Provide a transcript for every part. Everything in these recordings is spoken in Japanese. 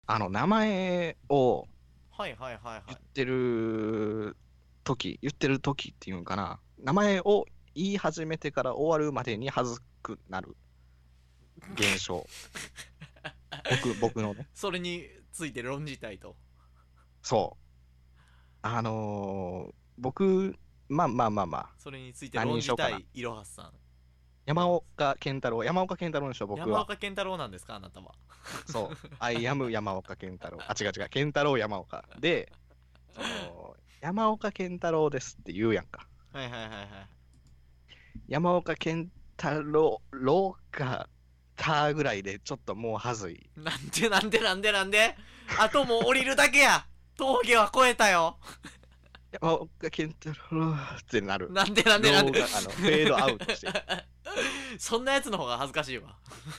名前をはいはいはいはい。 言ってる時っていうんかな。名前を言い始めてから終わるまでに恥ずくなる現象。僕のね。 それについて論じたいと。 そう。僕、まあまあまあまあ、 それについて何論にしようかな。 じたいいろはすさん。 山岡健太郎にしよう、僕は。 山岡健太郎なんですか、あなたは。 そう。I am 山岡健太郎。あ、違う違う。健太郎山岡。で、山岡健太郎ですって言うやんか。 はいはいはいはい。 山岡健太郎か、たぐらいでちょっともうはずい。 なんであともう降りるだけや。峠は越えたよ。 山岡健太郎ってなる。 なんでフェードアウトして。 そんなやつの方が恥ずかしいわ。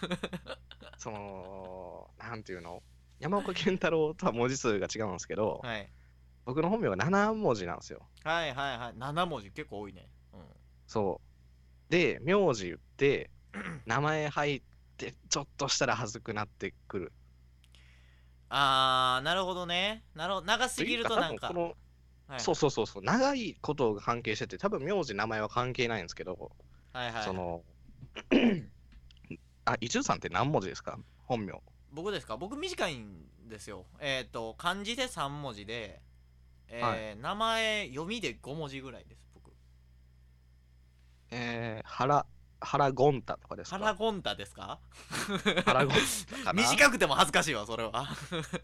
なんていうの、山岡健太郎とは文字数が違うんですけど、 はい僕の本名が7文字なんですよ。 はいはいはい。7文字結構多いね。うん。 そう。で、名字言って、名前入って、ちょっとしたら恥ずくなってくる。 なるほどね。長すぎるというか、 となんか。はいそうそうそうそう、長いことが関係してて、多分名字、名前は関係ないんですけど、 はいはいはい。 その、伊集さんって何文字ですか、本名。 僕ですか？僕短いんですよ。漢字で3文字で、 はい。 名前読みで5文字ぐらいです、僕。 原ゴンタとかですか？ ハラゴンタですか？ 原ゴンタかな。 短くても恥ずかしいわ、それは。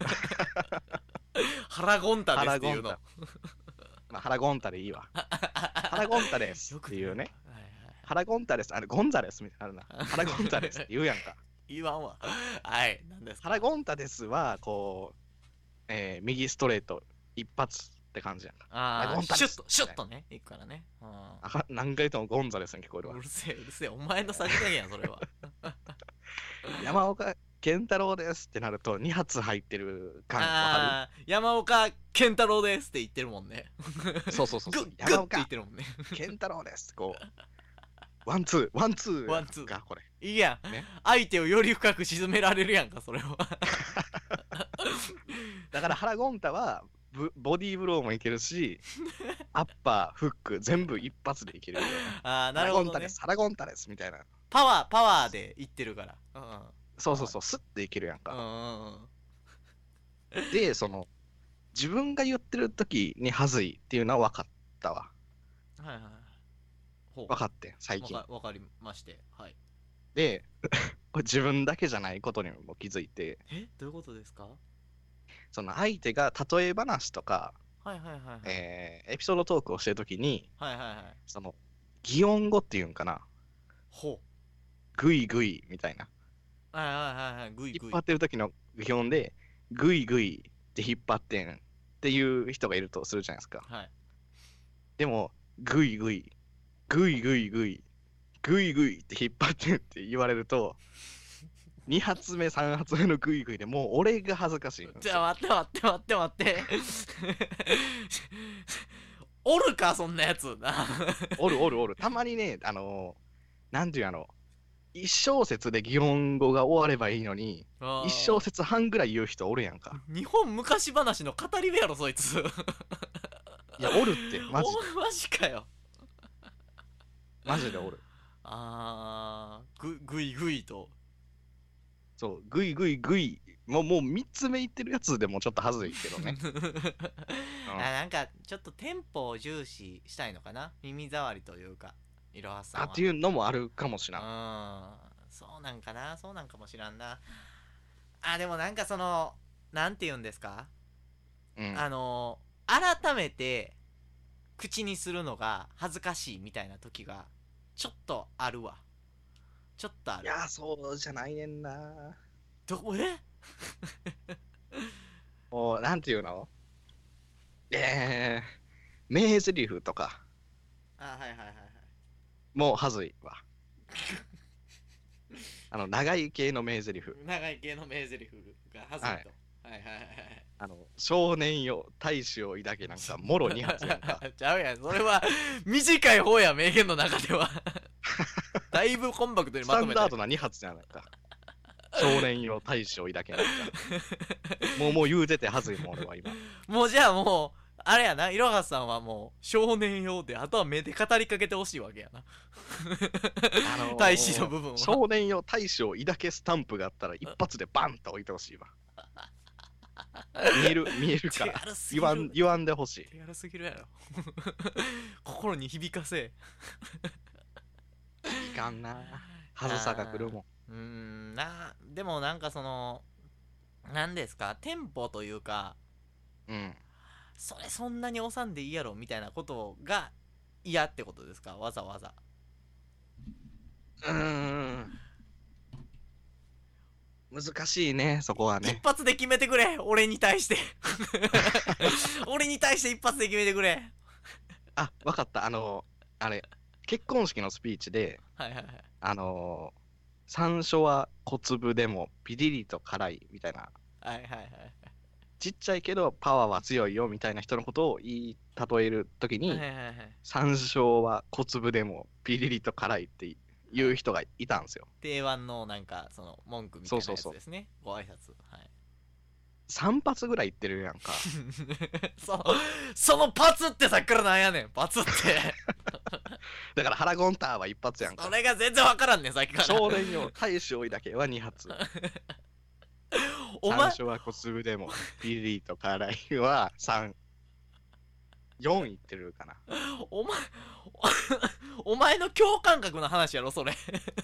ハラゴンタですっていうの。 原ゴンタ。まあ、原ゴンタでいいわ。原ゴンタですよくね。 っていうね。 はいはい。 原ゴンタです。あれ、ゴンザレスみたいなのあるな。原ゴンタですって言うやんか。 言わんわ。はい、何ですか？ 原ゴンタですは、右ストレート一発って感じやんか。原ゴンタです。 シュッとね、いくからね。 何回言ってもゴンザレスに聞こえるわ。 うるせえ、うるせえ。お前のさじ加減や、それは。 山岡健太郎ですってなると2発入ってる感わかる？ 山岡健太郎ですって言ってるもんね。 そうそうそうそう。 グッって言山岡ってるもんね。 健太郎です。ワンツー、ワンツーやワンツー。 んか、これ。 いいやん。 ね。 相手をより深く沈められるやんか、それは。 だから原ゴンタはボディーブローもいけるし、アッパー、フック、全部一発でいけるよね。 なるほどね。 原ゴンタです、みたいな。 パワーで言ってるから。 そうそうそう、スッていけるやんうん。 か。 うんうん。 で、自分が言ってる時に恥ずいっていうのは分かったわ。 はいはい。ほ分かってん、最う。 近。 わかりまして。はい。 で、これ自分だけじゃないことにも気づいて、 どういうことですか？ その相手が例え話とか、 はいはいはいはい。 エピソードトークをしてるときに、 はいはいはい。 その、擬音語っていうんかな、 ほグイグイみたいな。 う。はいはいはいはい。グイグイ。 引っ張ってる時の擬音で、グイグイって引っ張ってんっていう人がいるとするじゃないですか。 はい。 でも、グイグイ、グイグイグイ、グイグイって引っ張ってんって言われると、2発目、3発目のグイグイでもう俺が恥ずかしいんですよ。 じゃあ待って。おるか、そんなやつ。 おるおるおる。たまにね、なんていう一小節で擬音語が終わればいいのに、一小節半ぐらい言う人おるやんか。 日本昔話の語り部やろ、そいつ。 いや、おるって、マジで。 マジかよ。 マジでおる。 グイグイと。 そう、グイグイグイ。もう3つ目言ってるやつでもちょっと恥ずいけどね。 なんか、ちょっとテンポを重視したいのかな、耳障りというか、いろはさんは。 っていうのもあるかもしらん。 そうなんかな、そうなんかもしらんな。でもなんかなんて言うんですか？ うん。 改めて口にするのが恥ずかしいみたいな時がちょっとあるわ。ちょっとある。 いや、そうじゃないねんな。 えもう、なんていうの、名台詞とか、 はいはいはいはい。 もう恥ずいわ。長い系の名台詞。 長い系の名台詞が恥ずいはい。 と。はいはいはいはい。 少年よ、大志を抱けなんか、もろ2発やんか。 ちゃうやん。それは短い方や、名言の中では。だいぶコンパクトにスまとめて。 タンダードな2発じゃないか。 少年よ大将抱けないから。もう言うててはずいもん、俺は今。 もうじゃあもうあれやな、いろはさんはもう少年用で、あとは目で語りかけてほしいわけやな。大使の部分は。 少年よ大将抱けスタンプがあったら一発でバンと置いてほしいわ。見えるから言わんでほしい。 手軽すぎるやろ。心に響かせ。 いかんな。はずさが来るもん。でもなんかその、なんですか、テンポというか、 うん。 そんなに押さんでいいやろみたいなことが嫌ってことですか、わざわざ。 難しいね、そこはね。 一発で決めてくれ、俺に対して。俺に対して一発で決めてくれ。 あ、わかった。あれ、結婚式のスピーチで、 はいはいはい。 山椒は小粒でもピリリと辛いみたいな。 はいはいはい。 ちっちゃいけどパワーは強いよみたいな人のことを言い例えるときに、山椒は小粒でもピリリと辛いっていう人がいたんですよ。 定番のなんかその文句みたいなやつですね。ご挨拶。はい。 3発ぐらい言ってるやんか。 そのパツってさっきからなんやねん、パツって。 だからハラゴンターは1発やんか。 それが全然わからんねん、さっきから。 少年よ大将だけは2発。山椒は小粒でもピリリと辛いは4言ってるかな。 お前の共感覚の話やろそれ。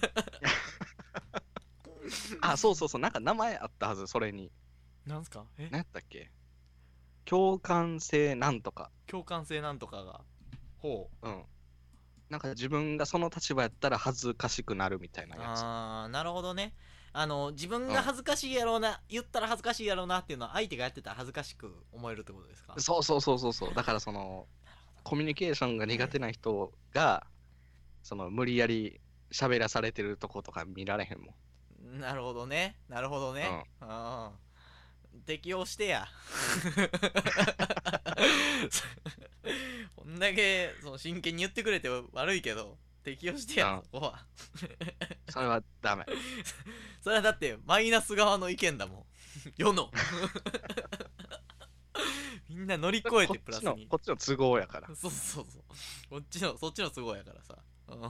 あ、そうなんか名前あったはず、それに。 なんすか？ 何やったっけ？共感性なんとか。 共感性なんとかが。ほう。なんか自分がその立場やったら恥ずかしくなるみたいなやつ。 ああ、なるほどね。自分が恥ずかしいやろうな、言ったら恥ずかしいやろうなっていうのは相手がやってたら恥ずかしく思えるってことですか？ そう。だからその、コミュニケーションが苦手な人が、その無理やり喋らされてるとことか見られへんもん。なるほどね。適応してや。こんだけ真剣に言ってくれて悪いけど適応してや、そこは。 それはダメ。 それはだってマイナス側の意見だもん。世の。みんな乗り越えてプラスに。 こっちの都合やから。 そう。そっちの都合やからさ。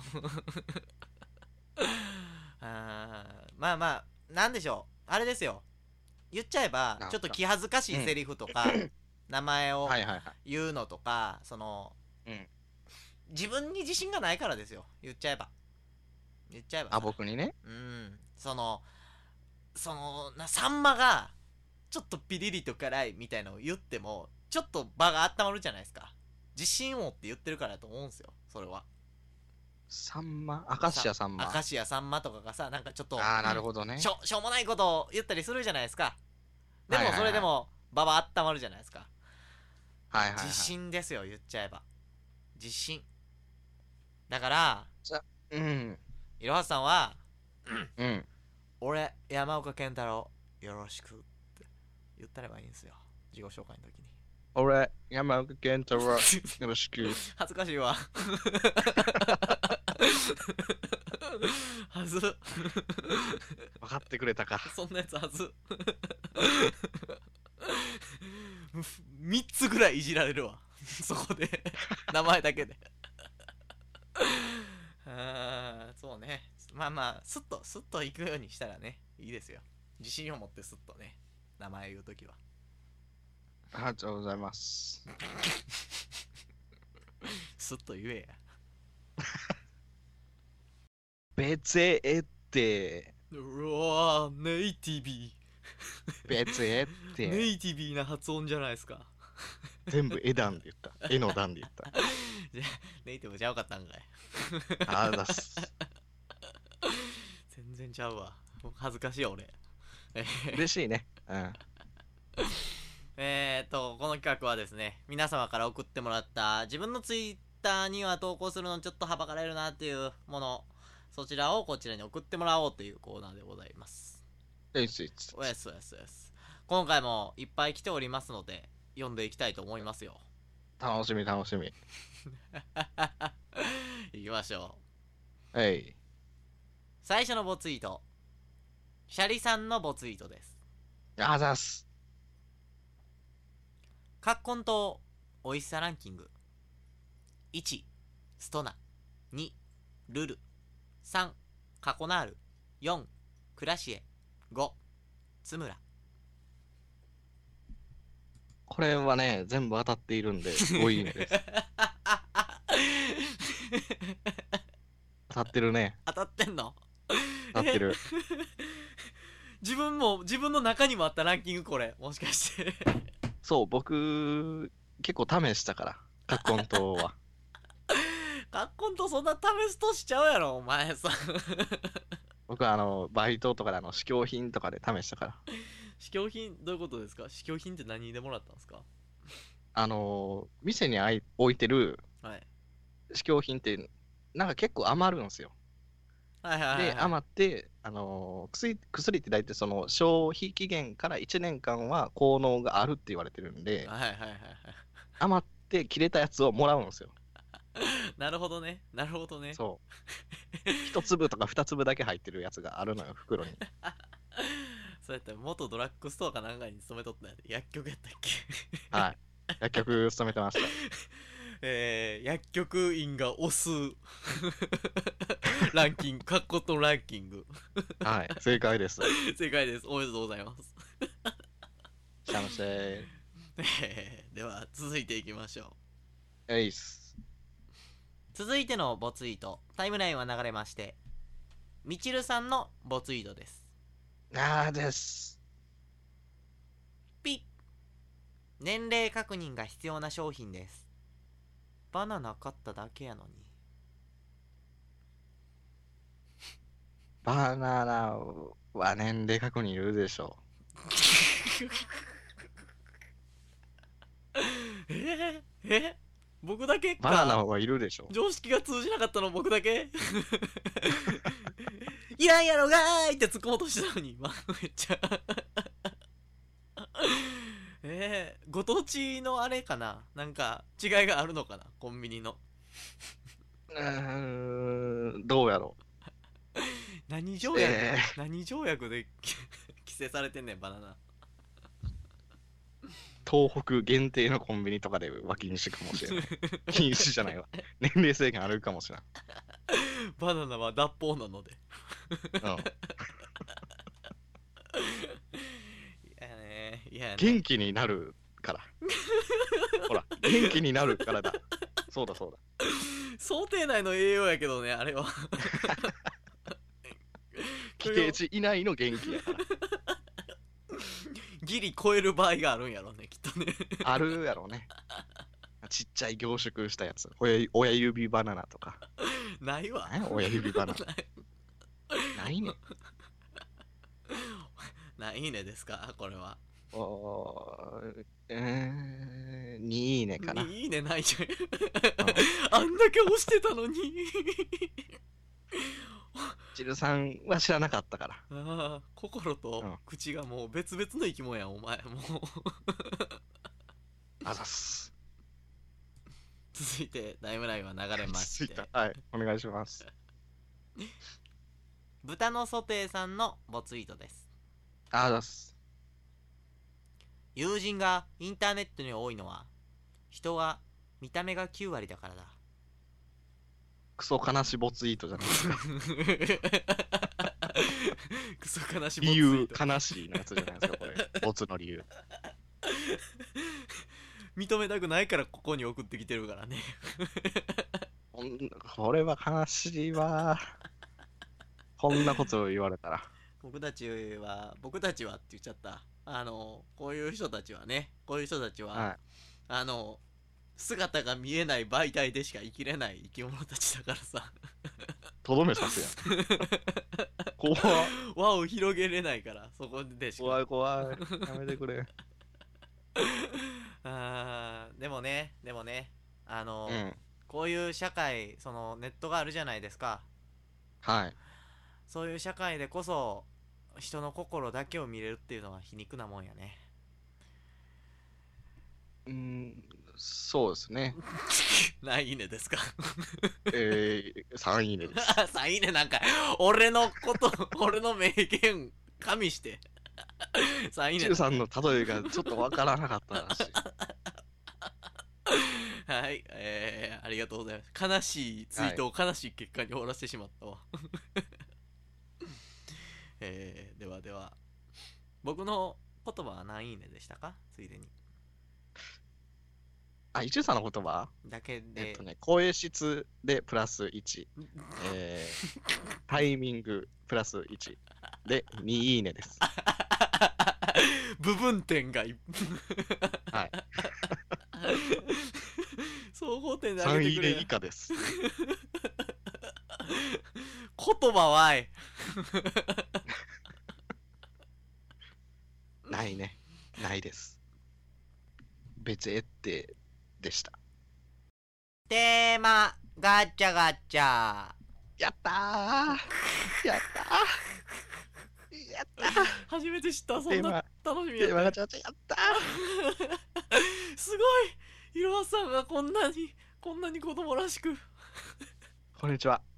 まあ、なんでしょう。あれですよ。言っちゃえば、ちょっと気恥ずかしいセリフとか、名前を言うのとか、自分に自信がないからですよ。言っちゃえば。 あ、僕にね。 サンマが、ちょっとピリリと辛いみたいなのを言っても、ちょっと場が温まるじゃないですか。自信を持って言ってるからだと思うんですよ。それは。 サンマ、明石家さんま。 明石家さんまとかがさ、なんかちょっと、 なるほどね。 しょうもないことを言ったりするじゃないですか。でもそれでも場は温まるじゃないですか。自信ですよ、言っちゃえば。自信。だから、いろはさんは、俺、山岡健太郎、よろしくって言ったればいいんですよ。自己紹介の時に。 俺、山岡健太郎、よろしく。 恥ずかしいわ。はず。 分かってくれたか。 そんなやつはず。3つぐらいいじられるわ。そこで。名前だけで。そうね。まあ、スッと行くようにしたらね、いいですよ。自信を持ってスッとね、名前言うときは。 ありがとうございます。 スッと言えや。 別へって。 うわー、ネイティビー。別へって。 ネイティビーな発音じゃないですか。 全部絵段で言った。絵の段で言った。 じゃネイティブちゃうかったんかい。 あざっす。 全然ちゃうわ。恥ずかしい俺。 嬉しいね。この企画はですね、皆様から送ってもらった自分のツイッターには投稿するのちょっとはばかられるなっていうもの、そちらをこちらに送ってもらおうというコーナーでございます。 おやす。 今回もいっぱい来ておりますので、読んでいきたいと思いますよ。 楽しみ。 いきましょう。 最初のボツイート。 シャリさんのボツイートです。 あざす。 葛根湯おいしさランキング。1ストナ、2ルル、3カコナール、4クラシエ、5ツムラ。 これはね、全部当たっているんで、5いいねです。当たってるね。 当たってんの？ 当たってる。 自分の中にもあったランキング、これもしかして。 そう、僕、結構試したから、葛根湯は。 葛根湯そんな試すとしちゃうやろ、お前さ。 僕はバイトとかで試供品とかで試したから。 試供品どういうことですか？試供品って何でもらったんですか？ 店に置いてるはい。 試供品って、なんか結構余るんですよ。 はいはいはい、はい。 で、余って、薬って大体その消費期限から1年間は効能があるって言われてるんで、 はいはいはいはい。 余って切れたやつをもらうんですよ。 なるほどね。なるほどね。 そう。一粒とか二粒だけ入ってるやつがあるのよ、袋に。 そうやったら元ドラッグストアかなんかに勤めとったんやで。薬局やったっけ？ はい。薬局勤めてました。 薬局員が推すランキング、カッコとランキング。 はい、正解です。 正解です。おめでとうございます。 シャムシェー。では、続いていきましょう。エイス。 続いてのボツイート、タイムラインは流れまして、みちるさんのボツイートです。 です。 ピッ。年齢確認が必要な商品です。バナナ買っただけやのに。 バナナは年齢確認いるでしょう。僕だけか。 バナナはいるでしょ。 常識が通じなかったの僕だけ。いらんやろがーいって突っ込もうとしたのに、めっちゃ。ご当地のあれかな、なんか違いがあるのかな、コンビニの。 どうやろう。何条約、何条約で規制されてんねん、バナナ。 東北限定のコンビニとかでは禁止かもしれない。禁止じゃないわ。年齢制限あるかもしれない。 バナナは脱法なので。うん。いやね。 元気になるから。ほら、元気になるからだ。そうだそうだ。 想定内の栄養やけどね、あれは。 規定値以内の元気やから。 ギリ超える場合があるんやろうね、きっとね。あるやろうね。ちっちゃい凝縮したやつ。親指バナナとか。 ないわ。 親指バナナ。ないね。 ないねですか、これは。 2いいねかな。 2いいねないじゃん。あんだけ押してたのに。 チルさんは知らなかったから。 ああ、心と口がもう別々の生き物やん、お前。もう。 あざす。 続いてタイムラインは流れまして、 はい、お願いします。 豚のソテーさんのボツイートです。 あざす。 友人がインターネットに多いのは人は見た目が9割だからだ。 クソ悲しボツイートじゃないですか。 クソ悲しボツイート。理由悲しいのやつじゃないですか、これ。ボツの理由。 認めたくないからここに送ってきてるからね。 これは悲しいわ。こんなことを言われたら。 僕たちはって言っちゃった。こういう人たちは、はい、姿が見えない媒体でしか生きれない生き物たちだからさ。 とどめさすやん。怖っ。 輪を広げれないから、そこでしか。 怖い怖い。やめてくれ。 でもね、こういう社会、そのネットがあるじゃないですか。 はい。 そういう社会でこそ人の心だけを見れるっていうのは皮肉なもんやね。 そうですね。 何いいねですか？ 3いいねです。 3いいねなんか、俺の名言加味して3稲中さんの例えがちょっとわからなかったらしい。 はい、ありがとうございます。悲しいツイートを悲しい結果に終わらせてしまったわ。ではでは、僕の言葉は何いいねでしたか？ついでに。 あ、一中さんの言葉だけで、 声質でプラス1、タイミングプラス1で2いいねです。 部分点がはい。 総合点で上げてくれ。 3いいね以下です。 言葉はい。 ないね。ないです。別エッテでした。 テーマガチャガチャ。 やったーやったーやったー初めて知った。そんな楽しみやった。テーマガチャガチャやったーすごい。いろはさんがこんなに子供らしく。 こんにちは。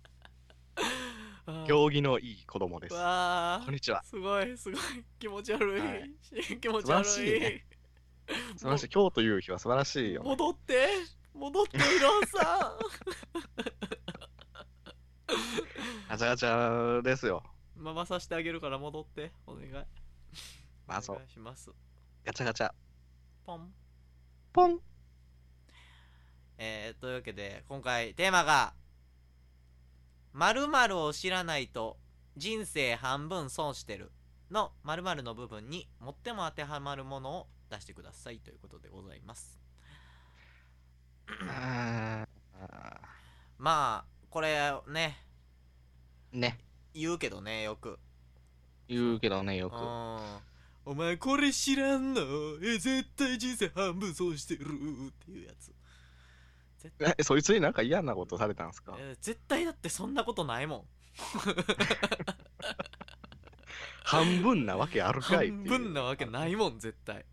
行儀のいい子供です。 わー、 こんにちは。 すごい気持ち悪い、 はい、 気持ち悪い。 素晴らしいね。素晴らしい。今日という日は素晴らしいよ、ね。 戻っていろはさん。 ガチャガチャですよ。 ママさせてあげるから戻ってお願い。 まあそう。 お願いします。 ガチャガチャ。 ポンポン。 というわけで今回テーマが〇〇を知らないと人生半分損してるの〇〇の部分に最も当てはまるものを出してくださいということでございます。まあこれね言うけどね、よく言うけどね、よく。 お前これ知らんの？絶対人生半分損してるっていうやつ。 そいつになんか嫌なことされたんすか？ 絶対だってそんなことないもん。 半分なわけあるかいっていう。 半分なわけないもん絶対。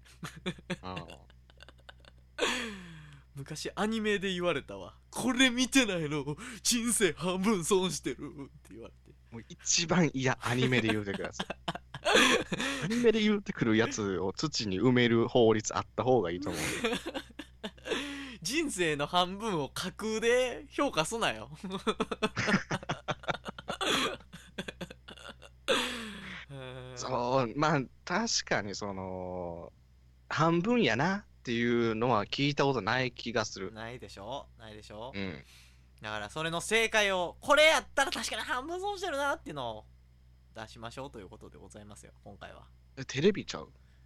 昔アニメで言われたわ。これ見てないの人生半分損してるって言われて。 もう一番嫌、アニメで言うてください。アニメで言うてくるやつを土に埋める法律あった方がいいと思う。 人生の半分を架空で評価すなよ。 そう、まあ確かにその半分やなっていうのは聞いたことない気がする。 ないでしょ。 うん。 だからそれの正解をこれやったら確かに半分損してるなっていうのを出しましょうということでございますよ、今回は。 テレビちゃう？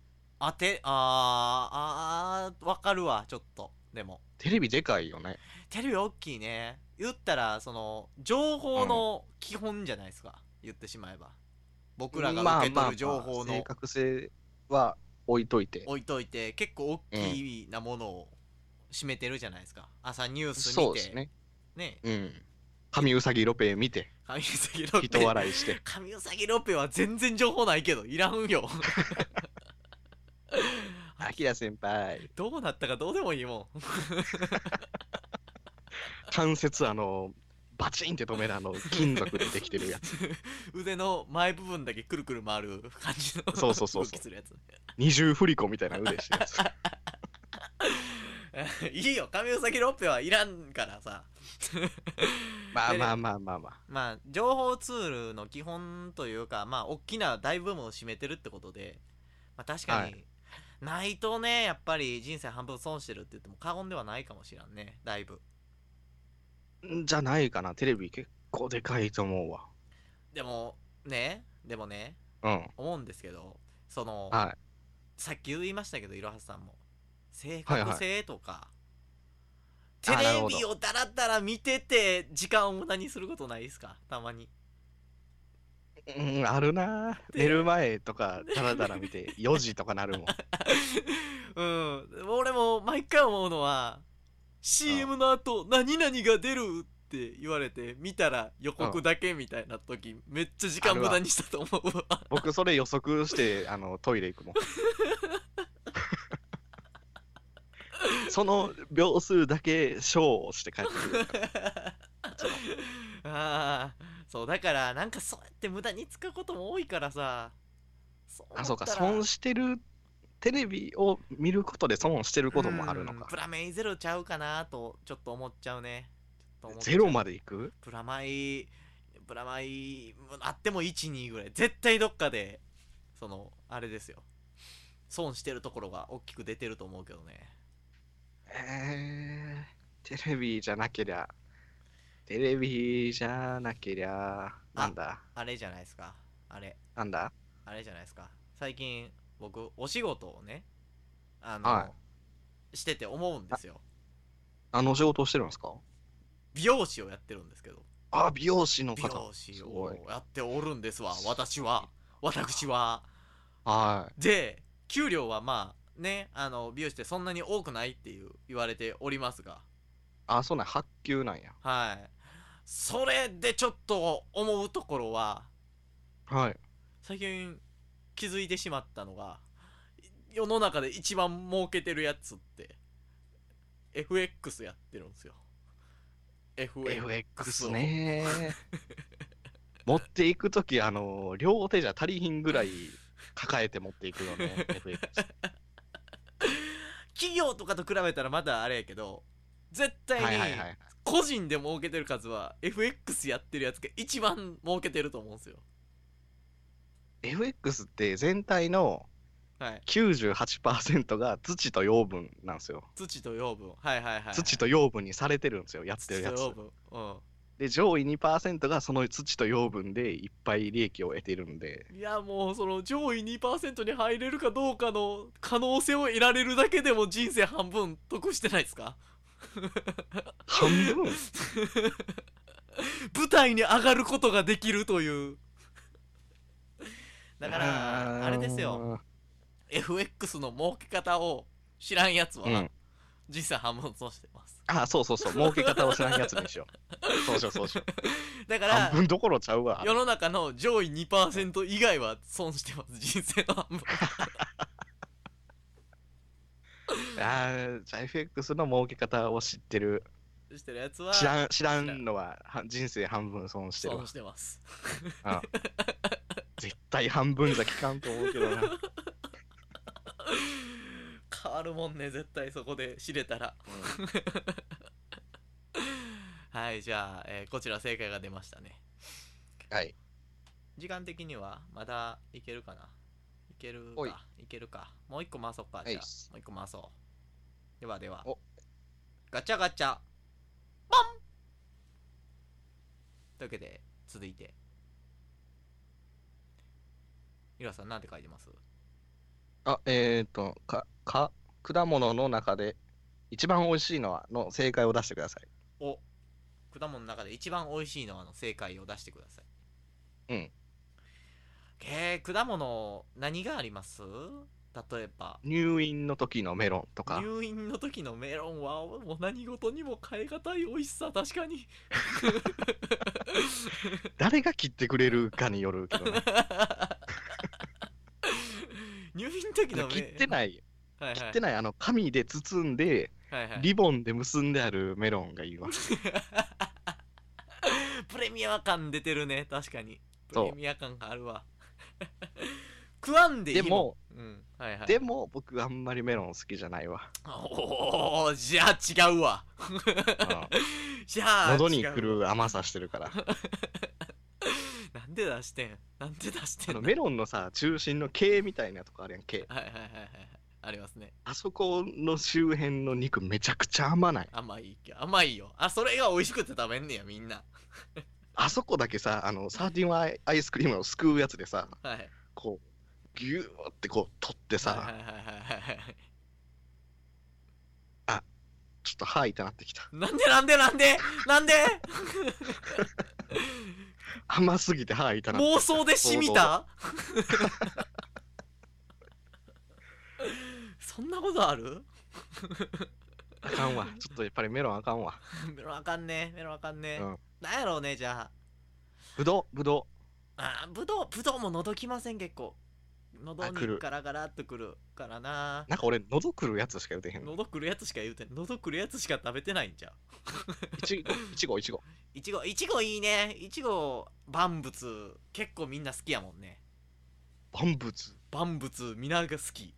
わかるわ、ちょっと。でもテレビでかいよね。 テレビ大きいね。言ったらその情報の基本じゃないですか、言ってしまえば。僕らが受け取る情報の正確性は置いといて結構大きなものを占めてるじゃないですか。朝ニュース見て、 そうですね。神うさぎロペ見て、 神うさぎロペ人笑いして。 神うさぎロペは全然情報ないけどいらんよ。 アキラ先輩どうなったかどうでもいいもん。 関節バチンって止める金属でできてるやつ。 腕の前部分だけくるくる回る感じのそう動きするやつ。 二重振り子みたいな腕してるやつ。 いいよ、神うさぎロッペはいらんからさ。 まあ情報ツールの基本というか、まあ大きな大部分を占めてるってことで、まあ確かに、ないとね、やっぱり人生半分損してるって言っても過言ではないかもしれんね、だいぶ。 じゃないかな。テレビ結構でかいと思うわ。 でもね、思うんですけど、その、さっき言いましたけど、いろはさんも正確性とか、テレビをだらだら見てて時間を無駄にすることないですか？たまに。 あるな。寝る前とかだらだら見て4時とかなるもん。 俺も毎回思うのは、CM の後何々が出るって言われて見たら予告だけみたいな時、めっちゃ時間無駄にしたと思うわ。 僕それ予測してトイレ行くもん。その秒数だけショーをして帰ってくる。 そうだからなんかそうやって無駄に使うことも多いからさ、 そうか、損してる、テレビを見ることで損してることもあるのか。 プラマイゼロちゃうかなとちょっと思っちゃうね。 ゼロまでいく？ プラマイあっても1、2ぐらい絶対どっかであれですよ、損してるところが大きく出てると思うけどね。 テレビじゃなけりゃなんだあれじゃないですか。 なんだあれじゃないですか。最近僕お仕事をねしてて思うんですよ。 仕事をしてるんですか？ 美容師をやってるんですけど。 美容師の方。 美容師をやっておるんですわ、私は。 はい。 で、給料はまあね、美容師ってそんなに多くないって言われておりますが。 そうなん、発給なんや。 はい。それでちょっと思うところは、 はい。 最近気づいてしまったのが、世の中で一番儲けてるやつって FX やってるんですよ。 FX ね持っていくとき、両手じゃ足りひんぐらい抱えて持っていくよね、FX。 企業とかと比べたらまだあれやけど、絶対に個人で儲けてる数は FX やってるやつが一番儲けてると思うんですよ。 FX って全体の 98% が土と養分なんですよ。 土と養分、はいはいはい、はい、 土と養分にされてるんですよ、やってるやつ。で、上位 2% がその土と養分でいっぱい利益を得てるんで。 いやもうその上位 2% に入れるかどうかの可能性を得られるだけでも人生半分得してないですか？ 半分舞台に上がることができるという。だからあれですよ、 FX の儲け方を知らんやつは、人生半分損してます。 そう儲け方を知らんやつにしよう。そうしようだから半分どころちゃうわ。 世の中の上位 2% 以外は損してます、人生の半分。 じゃあ FX の儲け方を知ってるやつは知らんのは人生半分損してるわ。 損してます。 絶対半分じゃ効かんと思うけどな。 変わるもんね、絶対そこで知れたら。はい、じゃあ、こちら正解が出ましたね。 はい。 時間的にはまだいけるかな。いけるか。もう一個回そうか。じゃあもう一個回そう。ではガチャガチャポンというわけで続いてゆらさんなんて書いてます？ 果物の中で一番美味しいのはの正解を出してください。 果物の中で一番美味しいのはの正解を出してください。果物何があります？例えば入院の時のメロンとか。 入院の時のメロンはもう何事にも代え難い美味しさ。確かに。 誰が切ってくれるかによるけどね。 入院の時の切ってない紙で包んで、リボンで結んであるメロンがいいわ。 プレミア感出てるね、確かに。プレミア感があるわ。食わんでいいもん。 でも僕あんまりメロン好きじゃないわ。 じゃあ違うわ。じゃあ喉にくる甘さしてるから。 なんで出してんメロンのさ、中心の毛みたいなとこあるやん、毛。 ありますね。 あそこの周辺の肉めちゃくちゃ甘ない？ 甘いよ。それが美味しくて食べんねや、みんな。 あそこだけさ、サーティワンアイスクリームをすくうやつでさ、こう、ギューってこう取ってさ、ちょっと歯痛なってきた。 なんで甘すぎて歯痛なってきた。 妄想で染みた？そんなことある？ あかんわ。ちょっとやっぱりメロンあかんわ。 メロンあかんね。なんやろうね、じゃあ。 ぶどう。 ぶどうも喉きません、結構。 喉にガラガラっとくるからな。 なんか俺喉くるやつしか言うてへんの。 喉くるやつしか言うてん。喉くるやつしか食べてないんじゃう。 いちごいいね。いちご万物結構みんな好きやもんね。 万物みんなが好き。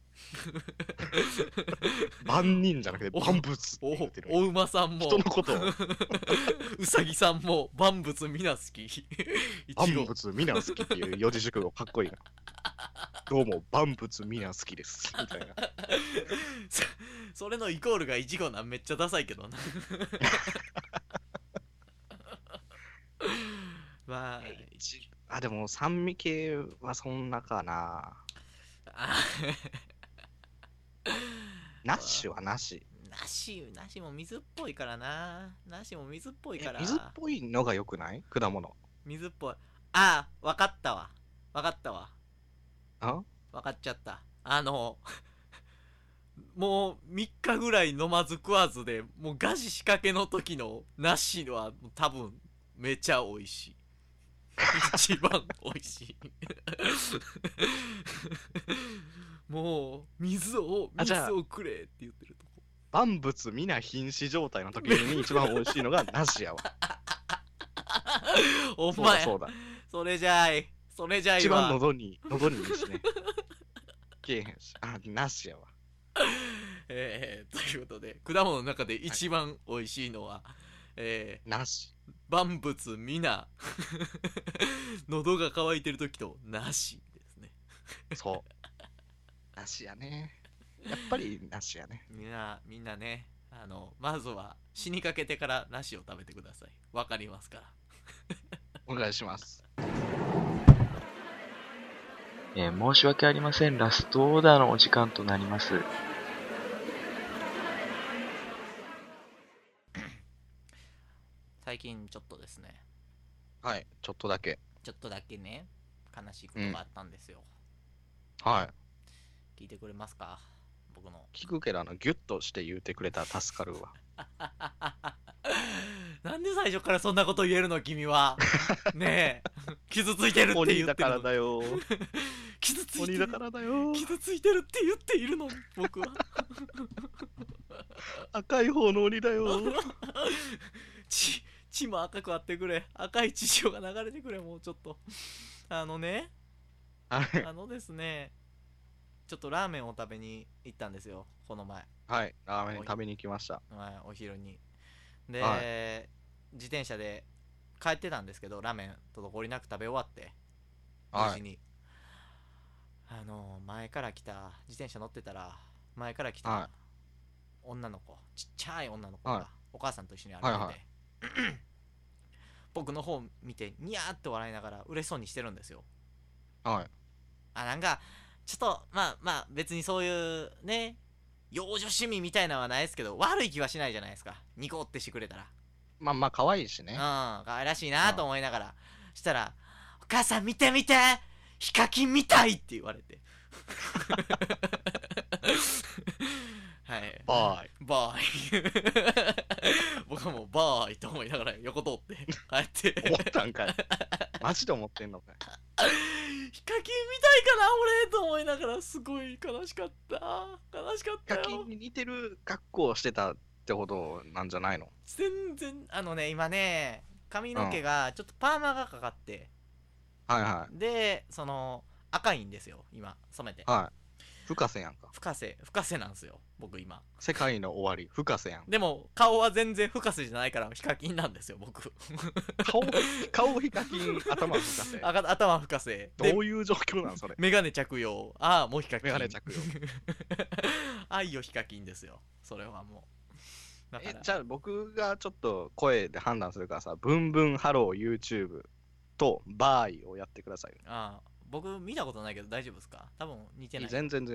万人じゃなくて万物。 お馬さんも人のことうさぎさんも万物みんな好き。 万物みんな好きっていう四字熟語かっこいいな。どうも万物みんな好きですみたいな。 それのイコールがいちごなんめっちゃダサいけどな。まあでも酸味系はそんなかな。ナッシュはなし。 ナシも水っぽいからな。水っぽいのが良くない？果物。 水っぽい。あ、わかったわ。 あ？ わかっちゃった。もう3日ぐらい飲まず食わずで、もうガジ仕掛けの時のナシは多分めちゃ美味しい。一番美味しい。もう水をくれって言ってるとこ。 万物皆瀕死状態の時に一番美味しいのがナシやわ。 お前そうだ。 それじゃい一番喉にいいしね。けえへんし。ナシやわ。 ということで果物の中で一番美味しいのは、 ナシ。 万物皆喉が渇いてる時とナシですね。 そうナシやね。やっぱりナシやね。 みんなね、まずは死にかけてからナシを食べてください。わかりますから。 お願いします。 申し訳ありません。ラストオーダーのお時間となります。 最近ちょっとですね。 はい、ちょっとだけね、悲しいことがあったんですよ。 はい。 聞いてくれますか？僕の。 聞くけどギュッとして言うてくれたら助かるわ。 なんで最初からそんなこと言えるの君は。ねえ、傷ついてるって言ってるの。 鬼だからだよ。 傷ついてる。 鬼だからだよ。 傷ついてるって言っているのに僕は。 赤い方の鬼だよ。 血も赤くあってくれ。赤い血潮が流れてくれ。もうちょっとですね、ちょっとラーメンを食べに行ったんですよ、この前。 はい、ラーメン食べに行きました。 はい、お昼に。で、自転車で帰ってたんですけど、ラーメン滞りなく食べ終わって無事に、前から来た、自転車乗ってたら前から来た女の子、ちっちゃい女の子がお母さんと一緒に歩いてて、僕の方見てニヤーって笑いながら嬉しそうにしてるんですよ。なんかちょっとまあ別にそういうね、幼女趣味みたいなのはないですけど、悪い気はしないじゃないですか、ニコってしてくれたら。 まあ可愛いしね。 可愛らしいなと思いながら、したら「お母さん見て見て、ヒカキンみたい!」って言われて。はい、バーイ。僕はもうバーイと思いながら横通って帰って思ったんかい。マジで思ってんのかい。 ヒカキンみたいかな俺と思いながら、すごい悲しかったよ。 ヒカキンに似てる格好をしてたってことなんじゃないの？ 全然今ね、髪の毛がちょっとパーマがかかって、で赤いんですよ今染めて。 深瀬やんか。 深瀬なんですよ僕今。 世界の終わり深瀬やん。 でも顔は全然深瀬じゃないからヒカキンなんですよ僕。 顔ヒカキン、頭深瀬。 頭深瀬。 どういう状況なんそれ。 メガネ着用。もうヒカキン。 メガネ着用。 愛よヒカキンですよそれはもう。 じゃあ僕がちょっと声で判断するからさ、ブンブンハロー YouTube とバーイをやってくださいよ。 僕見たことないけど大丈夫ですか？多分似てない。 全然。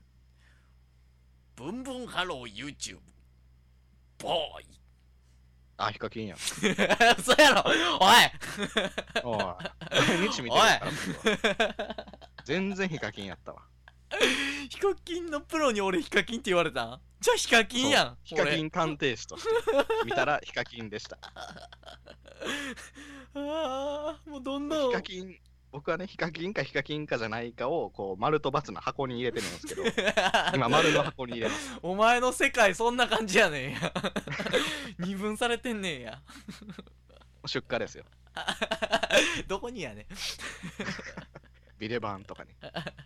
ブンブンハロー YouTube ボーイ。 ヒカキンやん。 そうやろ。 おい毎日見てるから全然ヒカキンやったわ。 ヒカキンのプロに俺ヒカキンって言われたん？じゃあヒカキンやん。 ヒカキン鑑定士として見たらヒカキンでした。 もうどんどんヒカキン僕はね、ヒカキンかヒカキンかじゃないかを、こう、丸と×の箱に入れてるんですけど、今、丸の箱に入れます。 お前の世界そんな感じやねんや。二分されてんねんや。 出荷ですよ。 どこにやねん。 ビレバンとかに。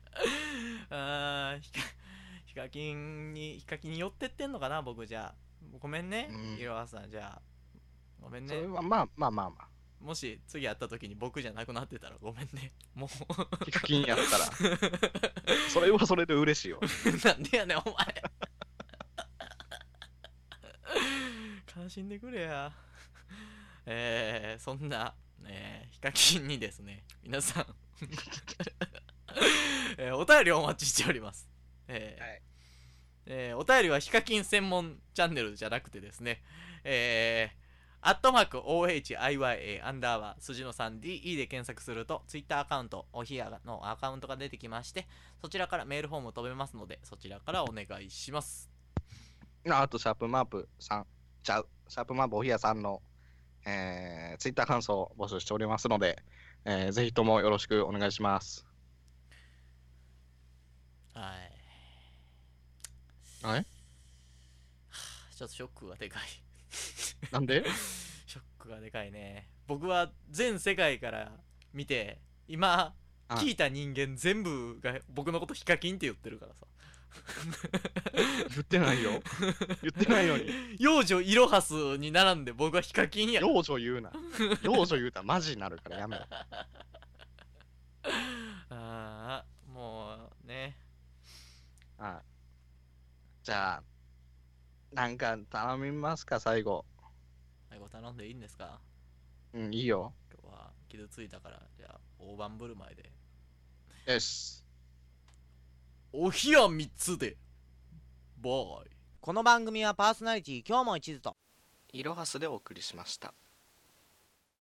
ヒカキンに寄ってってんのかな、僕じゃあ。ごめんね、いろはさん、じゃあ。ごめんね。 それはまあ。 もし次会った時に僕じゃなくなってたらごめんね。もう。 ヒカキンやったら。それはそれで嬉しいよ。 なんでやねん、お前。悲しんでくれや。そんな、ヒカキンにですね、皆さん、お便りをお待ちしております。はい、お便りはヒカキン専門チャンネルじゃなくてですね、@OHIYA_ 数字の 3DE で検索すると Twitter アカウント、おひやのアカウントが出てきまして、そちらからメールフォーム飛べますので、そちらからお願いします。 あと、シャープマープおひやさんの、Twitter 感想を募集しておりますので、ぜひともよろしくお願いします。 はい。ちょっとショックがでかい。 なんで？ ショックがでかいね。僕は全世界から見て、今聞いた人間全部が僕のことヒカキンって言ってるからさ。 言ってないよ。言ってないのに。 幼女イロハスに並んで僕はヒカキンや。 幼女言うな。幼女言うたらマジになるからやめろ。 もうね。 じゃあ、なんか頼みますか、最後。 最後頼んでいいんですか？ うん、いいよ。 今日は傷ついたから、じゃあ大盤振る舞いで。 よし。 お冷や3つで。バイ。 この番組はパーソナリティ今日も一途といろはすでお送りしました。